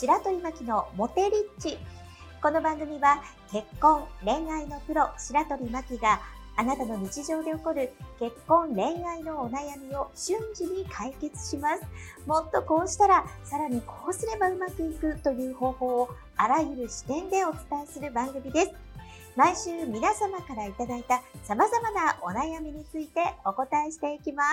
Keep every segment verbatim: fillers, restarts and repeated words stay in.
白鳥真希のモテリッチ。この番組は結婚恋愛のプロ白鳥真希があなたの日常で起こる結婚恋愛のお悩みを瞬時に解決します。もっとこうしたらさらにこうすればうまくいくという方法をあらゆる視点でお伝えする番組です。毎週皆様からいただいた様々なお悩みについてお答えしていきます。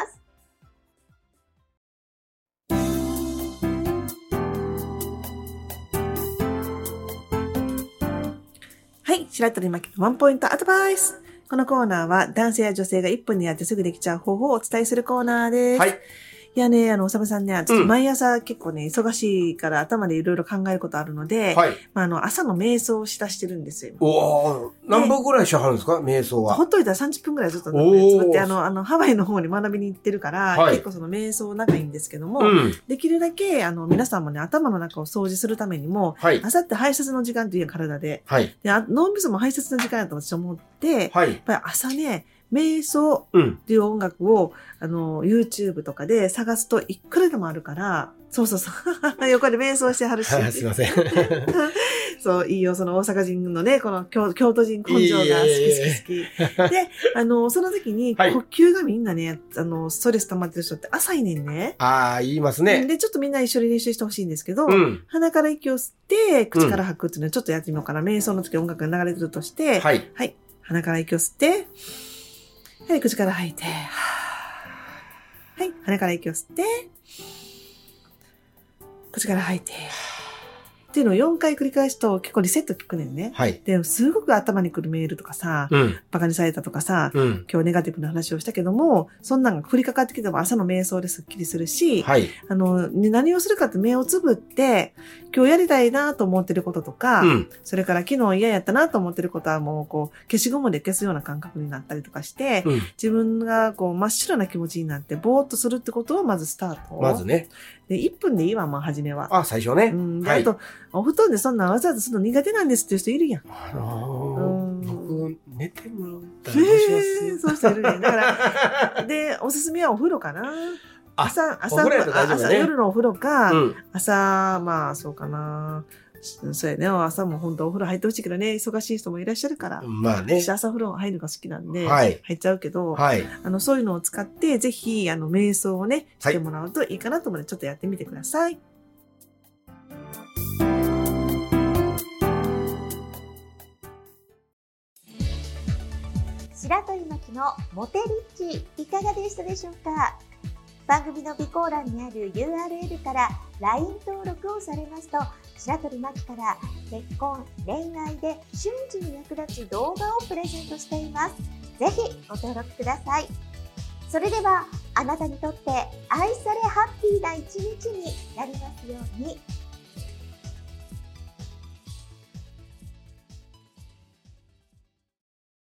はい、白鳥真希のワンポイントアドバイス。このコーナーは男性や女性がいっぷんにやってすぐできちゃう方法をお伝えするコーナーです。はい。いやね、あの、おさむさんね、ちょっと毎朝結構ね、忙しいから頭でいろいろ考えることあるので、はい。まあ、あの、朝の瞑想をしだしてるんですよ。 おー、何分ぐらいしはるんですか、瞑想は。 ほっといたらさんじゅっぷんぐらいずっとなんで、つって、あの、あの、ハワイの方に学びに行ってるから、はい、結構その瞑想長いんですけども、うん、できるだけ、あの、皆さんもね、頭の中を掃除するためにも、はい。朝って排泄の時間という体で、はい。で、脳みそも排泄の時間だと私思って、はい。やっぱり朝ね、瞑想っていう音楽を、うん、あの、YouTube とかで探すといくらでもあるから、そうそうそう。横で瞑想してはるし。 すいません。 そう、いいよ、その大阪人のね、この 京, 京都人根性が好き好き好き。で、あの、その時に、呼吸がみんなね、あの、ストレス溜まってる人って浅いねんね。 ああ、言いますね。 で、ちょっとみんな一緒に練習してほしいんですけど、うん、鼻から息を吸って、口から吐くっていうのをちょっとやってみようかな。うん、瞑想の時音楽が流れてるとして、はい。はい。鼻から息を吸って、はい、口から吐いて、はい、鼻から息を吸って、口から吐いて、っていうのをよんかい繰り返すと結構リセット効くねんね。はい。で、すごく頭に来るメールとかさ、うん、バカにされたとかさ、うん、今日ネガティブな話をしたけども、そんなんが降りかかってきても朝の瞑想ですっきりするし、はい。あの、何をするかって目をつぶって、今日やりたいなと思ってることとか、うん、それから昨日嫌やったなと思ってることはもうこう、消しゴムで消すような感覚になったりとかして、うん、自分がこう真っ白な気持ちになってぼーっとするってことをまずスタート。 まずね。 で、いっぷんでいいわ、まあ、初めは。 あ、最初ね。 うん。で、はい、あと、お布団でそんなわざわざするの苦手なんですっていう人いるやん。あのー、僕、寝てもらったらどうします？ えー、そうしてるね。だから、で、おすすめはお風呂かな。朝、朝、ね、朝、夜のお風呂か、うん、朝、まあ、そうかな。そうやね。朝も本当お風呂入ってほしいけどね、忙しい人もいらっしゃるから。まあね。私朝風呂入るのが好きなんで、はい、入っちゃうけど、はい、あの、そういうのを使って、ぜひ、あの、瞑想をね、してもらうといいかなと思うので、ちょっとやってみてください。 白鳥真希のモテリッチ、いかがでしたでしょうか？番組の備考欄にある ユーアールエル から ライン 登録をされますと、白鳥真希から結婚、恋愛で瞬時に役立つ動画をプレゼントしています。ぜひご登録ください。それではあなたにとって愛されハッピーな一日になりますように。